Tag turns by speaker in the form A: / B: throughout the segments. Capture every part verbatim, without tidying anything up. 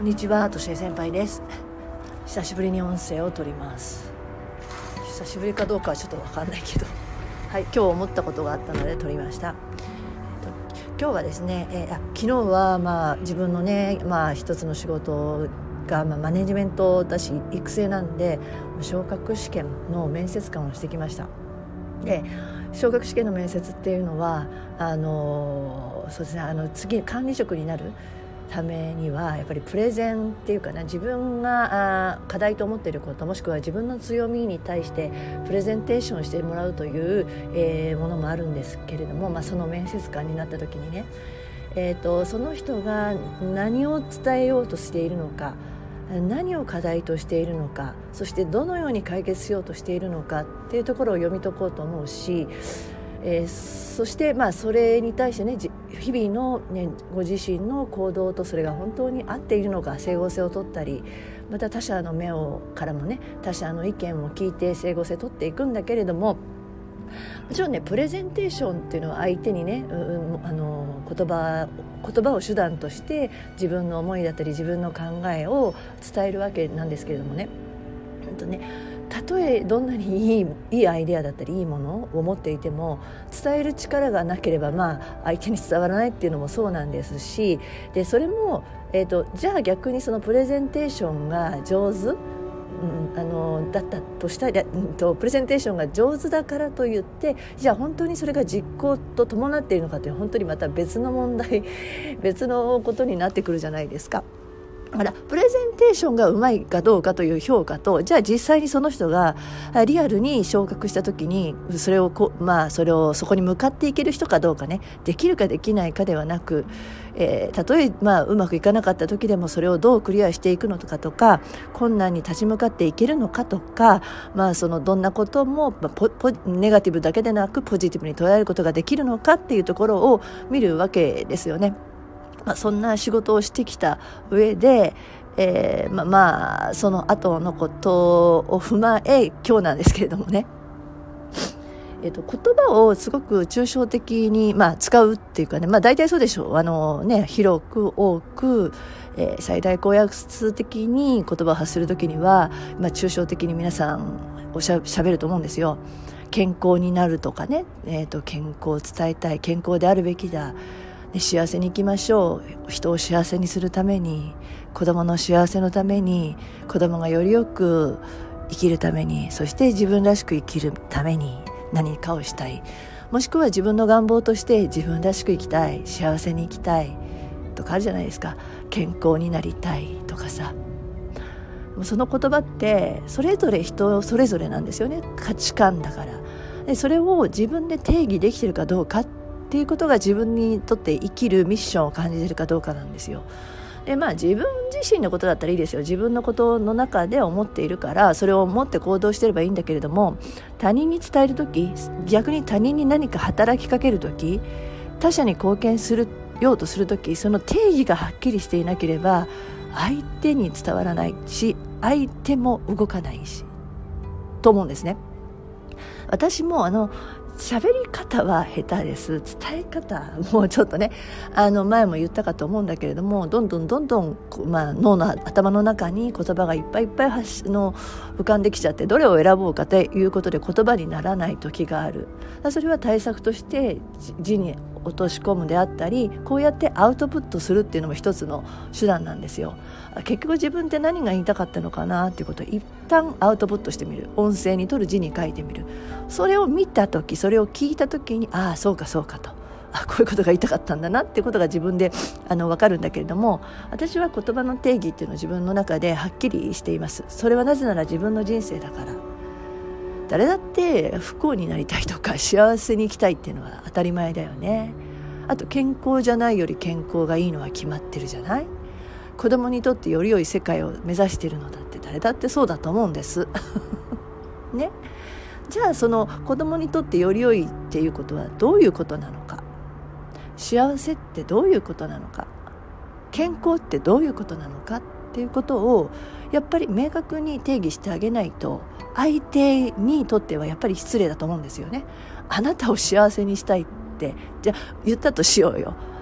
A: こんにちは、としえ先輩です。久しぶりに音声を撮ります。久しぶりかどうかはちょっと分かんないけど、はい、今日思ったことがあったので撮りました。えっと、今日はですね、えー、あ昨日はまあ自分のね、まあ一つの仕事が、まあ、マネジメントだし育成なんで昇格試験の面接官をしてきました。で、昇格試験の面接っていうのはあのそうですね、あの次管理職になるためにはやっぱりプレゼンっていうかな、自分が課題と思っていること、もしくは自分の強みに対してプレゼンテーションしてもらうという、えー、ものもあるんですけれども、まあ、その面接官になった時にね、えーと、その人が何を伝えようとしているのか、何を課題としているのか、そしてどのように解決しようとしているのかっていうところを読み解こうと思うし、えー、そしてまあそれに対してね、日々の、ね、ご自身の行動とそれが本当に合っているのか整合性を取ったり、また他者の目をからもね、他者の意見を聞いて整合性を取っていくんだけれども、もちろんね、プレゼンテーションっていうのは相手にね、うん、あの言葉言葉を手段として自分の思いだったり自分の考えを伝えるわけなんですけれどもね、本当ね、たとえどんなにいい、いいアイデアだったりいいものを持っていても伝える力がなければ、まあ、相手に伝わらないっていうのもそうなんですし、でそれも、えーと、じゃあ逆にそのプレゼンテーションが上手、うん、あのだったとしたら、うん、とプレゼンテーションが上手だからといってじゃあ本当にそれが実行と伴っているのかという本当にまた別の問題別のことになってくるじゃないですか。だからプレゼンテーションがうまいかどうかという評価と、じゃあ実際にその人がリアルに昇格した時にそれをこ、まあ、それをそこに向かっていける人かどうかね、できるかできないかではなく、えー、たとえ、まあ、うまくいかなかった時でもそれをどうクリアしていくのとかとか、困難に立ち向かっていけるのかとか、まあ、そのどんなことも、まあ、ポポネガティブだけでなくポジティブに捉えることができるのかっていうところを見るわけですよね。まあ、そんな仕事をしてきた上で、えー、まあ、まあその後のことを踏まえ今日なんですけれどもね、えー、と言葉をすごく抽象的に、まあ、使うっていうかね、まあ、大体そうでしょう、あの、ね、広く多く、えー、最大公約数的に言葉を発するときには、まあ、抽象的に皆さんおしゃ、しゃべると思うんですよ。健康になるとかね、えー、と健康を伝えたい、健康であるべきだ、幸せに生きましょう、人を幸せにするために、子供の幸せのために、子供がよりよく生きるために、そして自分らしく生きるために何かをしたい、もしくは自分の願望として自分らしく生きたい、幸せに生きたいとかあるじゃないですか。健康になりたいとかさ、その言葉ってそれぞれ人それぞれなんですよね。価値観だから。でそれを自分で定義できているかどうかっていうことが自分にとって生きるミッションを感じているかどうかなんですよ。で、まあ、自分自身のことだったらいいですよ。自分のことの中で思っているからそれを思って行動してればいいんだけれども、他人に伝えるとき、逆に他人に何か働きかけるとき、他者に貢献するようとするとき、その定義がはっきりしていなければ相手に伝わらないし、相手も動かないしと思うんですね。私もあの喋り方は下手です。伝え方もうちょっとね、あの前も言ったかと思うんだけれども、どんどんどんどん、まあ、脳の頭の中に言葉がいっぱいいっぱい発の浮かんできちゃって、どれを選ぼうかということで言葉にならない時がある。それは対策として字に落とし込むであったり、こうやってアウトプットするっていうのも一つの手段なんですよ。結局自分って何が言いたかったのかなっていうことを一旦アウトプットしてみる。音声に取る、字に書いてみる。それを見たとき、それを聞いたときに、ああそうかそうかと、あこういうことが言いたかったんだなっていうことが自分であの分かるんだけれども、私は言葉の定義っていうのを自分の中ではっきりしています。それはなぜなら自分の人生だから。誰だって不幸になりたいとか幸せに生きたいっていうのは当たり前だよね。あと健康じゃないより健康がいいのは決まってるじゃない。子供にとってより良い世界を目指しているのだって誰だってそうだと思うんですね。じゃあその子供にとってより良いっていうことはどういうことなのか、幸せってどういうことなのか、健康ってどういうことなのかっていうことをやっぱり明確に定義してあげないと、相手にとってはやっぱり失礼だと思うんですよね。あなたを幸せにしたいってじゃあ言ったとしようよ。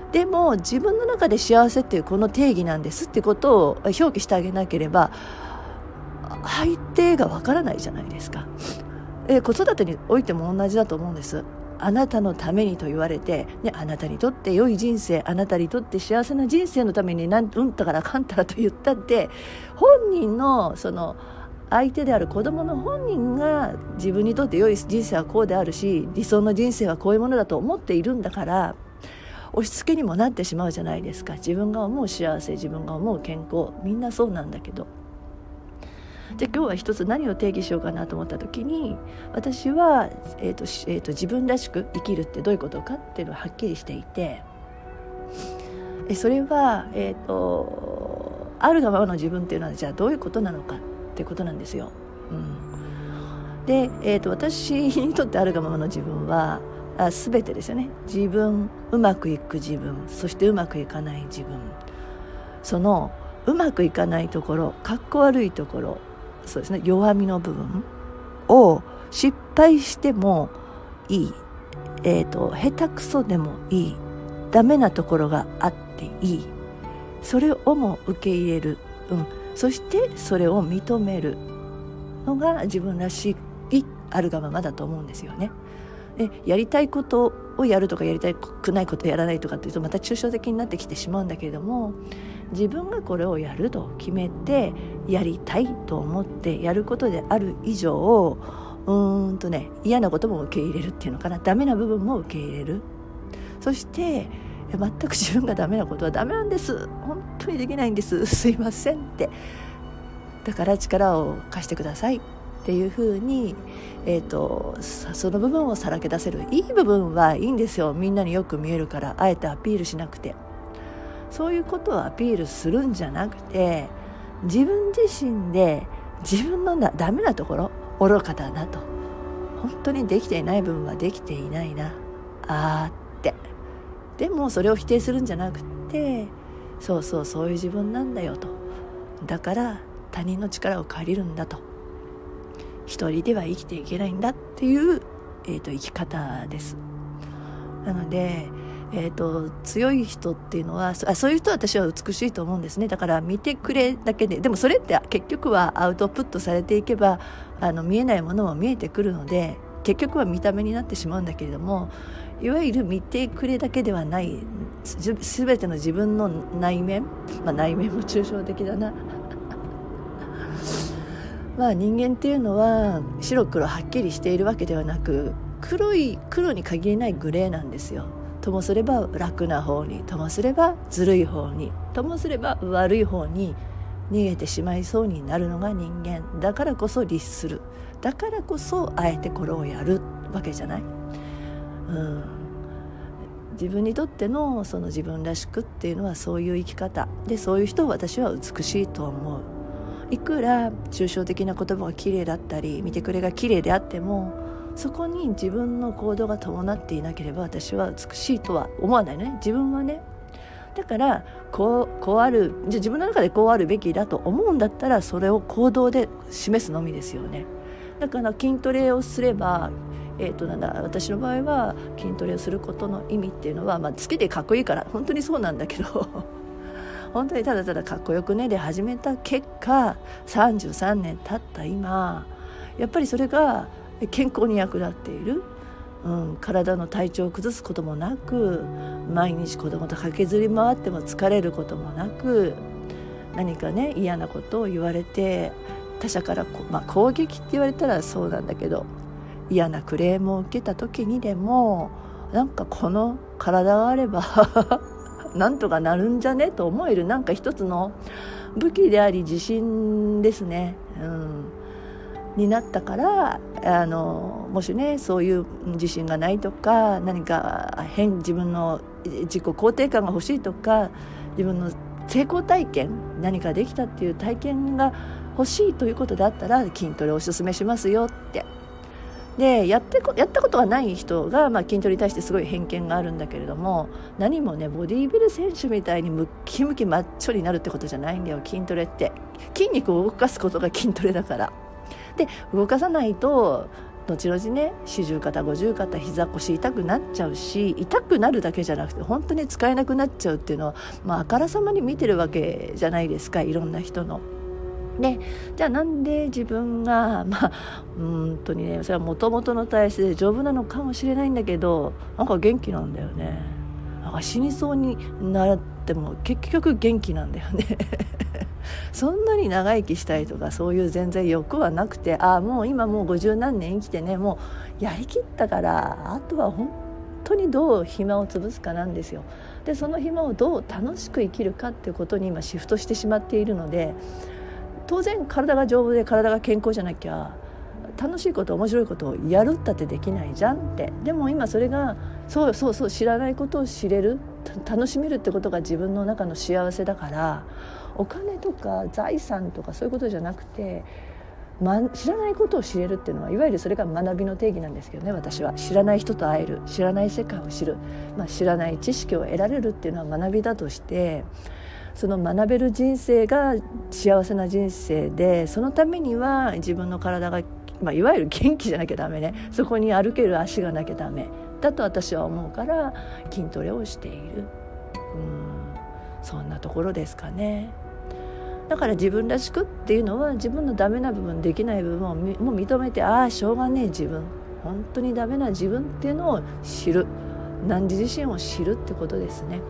A: でも自分の中で幸せっていうこの定義なんですってことを表記してあげなければ相手がわからないじゃないですか。え子育てにおいても同じだと思うんです。あなたのためにと言われて、ね、あなたにとって良い人生、あなたにとって幸せな人生のためになんうんたからかんたらと言ったって本人のその相手である子供の本人が自分にとって良い人生はこうであるし理想の人生はこういうものだと思っているんだから押し付けにもなってしまうじゃないですか。自分が思う幸せ、自分が思う健康、みんなそうなんだけど、で今日は一つ何を定義しようかなと思った時に私は、えーとえーと、自分らしく生きるってどういうことかっていうのははっきりしていて、えそれは、えーと、あるがままの自分っていうのはじゃあどういうことなのかっていうことなんですよ、うん、で、えーと、私にとってあるがままの自分はあ全てですよね。自分、うまくいく自分、そしてうまくいかない自分、そのうまくいかないところ、かっこ悪いところ、そうですね、弱みの部分を失敗してもいい、えーと、下手くそでもいい、ダメなところがあっていい、それをも受け入れる、うん、そしてそれを認めるのが自分らしいあるがままだと思うんですよね。でやりたいことをやるとかやりたくないことをやらないとかっていうとまた抽象的になってきてしまうんだけれども、自分がこれをやると決めてやりたいと思ってやることである以上、うーんとね嫌なことも受け入れるっていうのかな、ダメな部分も受け入れる、そして全く自分がダメなことはダメなんです、本当にできないんです、すいませんって、だから力を貸してくださいっていうふうに、えーと、その部分をさらけ出せる。いい部分はいいんですよ、みんなによく見えるから、あえてアピールしなくて、そういうことをアピールするんじゃなくて、自分自身で自分のなダメなところ、愚かだなと、本当にできていない部分はできていないな、あーって、でもそれを否定するんじゃなくて、そうそうそういう自分なんだよと、だから他人の力を借りるんだと、一人では生きていけないんだっていう、えーと、生き方です。なので、えーと、強い人っていうのはそあそういう人は私は美しいと思うんですね。だから見てくれだけで、でもそれって結局はアウトプットされていけばあの見えないものも見えてくるので、結局は見た目になってしまうんだけれども、いわゆる見てくれだけではないすべての自分の内面、まあ、内面も抽象的だなまあ人間っていうのは白黒はっきりしているわけではなく、黒い黒に限りないグレーなんですよ。ともすれば楽な方に、ともすればずるい方に、ともすれば悪い方に逃げてしまいそうになるのが人間だからこそ律する、だからこそあえてこれをやるわけじゃない、うん、自分にとってのその自分らしくっていうのはそういう生き方で、そういう人を私は美しいと思う。いくら抽象的な言葉が綺麗だったり見てくれが綺麗であっても、そこに自分の行動が伴っていなければ私は美しいとは思わないね、自分はね。だからこう、こうある、じゃ自分の中でこうあるべきだと思うんだったらそれを行動で示すのみですよね。だから筋トレをすれば、えーとなんだ私の場合は筋トレをすることの意味っていうのは、まあ、好きでかっこいいから本当にそうなんだけど本当にただただかっこよくねで始めた結果、さんじゅうさんねん経った今やっぱりそれが健康に役立っている、うん、体の体調を崩すこともなく、毎日子供と駆けずり回っても疲れることもなく、何かね嫌なことを言われて他者から、まあ、攻撃って言われたらそうなんだけど、嫌なクレームを受けた時にでもなんかこの体があればなんとかなるんじゃねと思える、なんか一つの武器であり自信ですね、うん、になったから、あのもしねそういう自信がないとか、何か変自分の自己肯定感が欲しいとか、自分の成功体験、何かできたっていう体験が欲しいということだったら筋トレをおすすめしますよって。で や, ってやったことがない人が、まあ、筋トレに対してすごい偏見があるんだけれども、何もねボディービル選手みたいにムッキムキマッチョになるってことじゃないんだよ。筋トレって筋肉を動かすことが筋トレだから。で動かさないと後々ね四十肩五十肩膝腰痛くなっちゃうし、痛くなるだけじゃなくて本当に使えなくなっちゃうっていうのは、まあ、あからさまに見てるわけじゃないですか、いろんな人の。でじゃあなんで自分がまあ本当にねそれはもともとの体質で丈夫なのかもしれないんだけど、なんか元気なんだよね。なんか死にそうになっても結局元気なんだよねそんなに長生きしたいとかそういう全然欲はなくて、ああもう今もうごじゅう何年生きてね、もうやりきったから、あとは本当にどう暇を潰すかなんですよ。でその暇をどう楽しく生きるかっていうことに今シフトしてしまっているので、当然体が丈夫で体が健康じゃなきゃ楽しいこと面白いことをやるったってできないじゃんって。でも今それがそうそうそう知らないことを知れる、楽しめるってことが自分の中の幸せだから、お金とか財産とかそういうことじゃなくて、ま、知らないことを知れるっていうのは、いわゆるそれが学びの定義なんですけどね。私は知らない人と会える、知らない世界を知る、まあ、知らない知識を得られるっていうのは学びだとして、その学べる人生が幸せな人生で、そのためには自分の体が、まあ、いわゆる元気じゃなきゃダメね。そこに歩ける足がなきゃダメだと私は思うから筋トレをしている。うん、そんなところですかね。だから自分らしくっていうのは、自分のダメな部分できない部分をもう認めて、ああしょうがねえ自分、本当にダメな自分っていうのを知る、何自身を知るってことですね。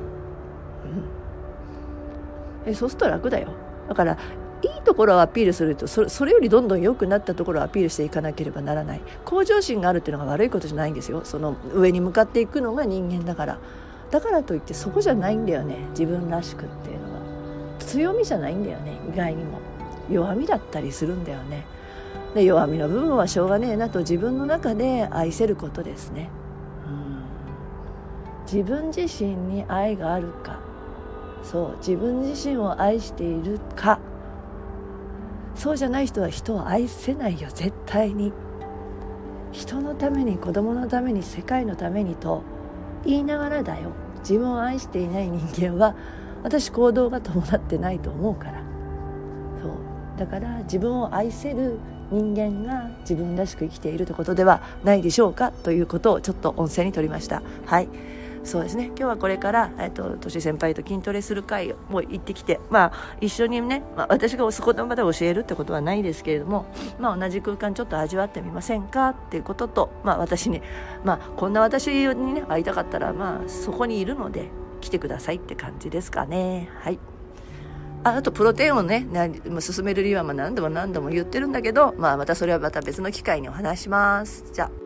A: うん、えそうすると楽だよ。だからいいところをアピールすると、それ、それよりどんどん良くなったところをアピールしていかなければならない。向上心があるっていうのが悪いことじゃないんですよ。その上に向かっていくのが人間だから。だからといってそこじゃないんだよね、自分らしくっていうのは。強みじゃないんだよね、意外にも弱みだったりするんだよね。で弱みの部分はしょうがねえなと自分の中で愛せることですね。うん、自分自身に愛があるか、そう自分自身を愛しているか、そうじゃない人は人を愛せないよ、絶対に。人のために、子供のために、世界のためにと言いながらだよ、自分を愛していない人間は私行動が伴ってないと思うから。そうだから自分を愛せる人間が自分らしく生きているということではないでしょうか、ということをちょっと音声に取りました。はい、そうですね。今日はこれから、えっと、年先輩と筋トレする会も行ってきて、まあ一緒にね、まあ、私がそこの場で教えるってことはないですけれども、まあ同じ空間ちょっと味わってみませんかっていうことと、まあ私に、まあこんな私にね会いたかったら、まあそこにいるので来てくださいって感じですかね。はい。あ, あとプロテインをね進める理由はまあ何度も何度も言ってるんだけど、まあまたそれはまた別の機会にお話します。じゃあ。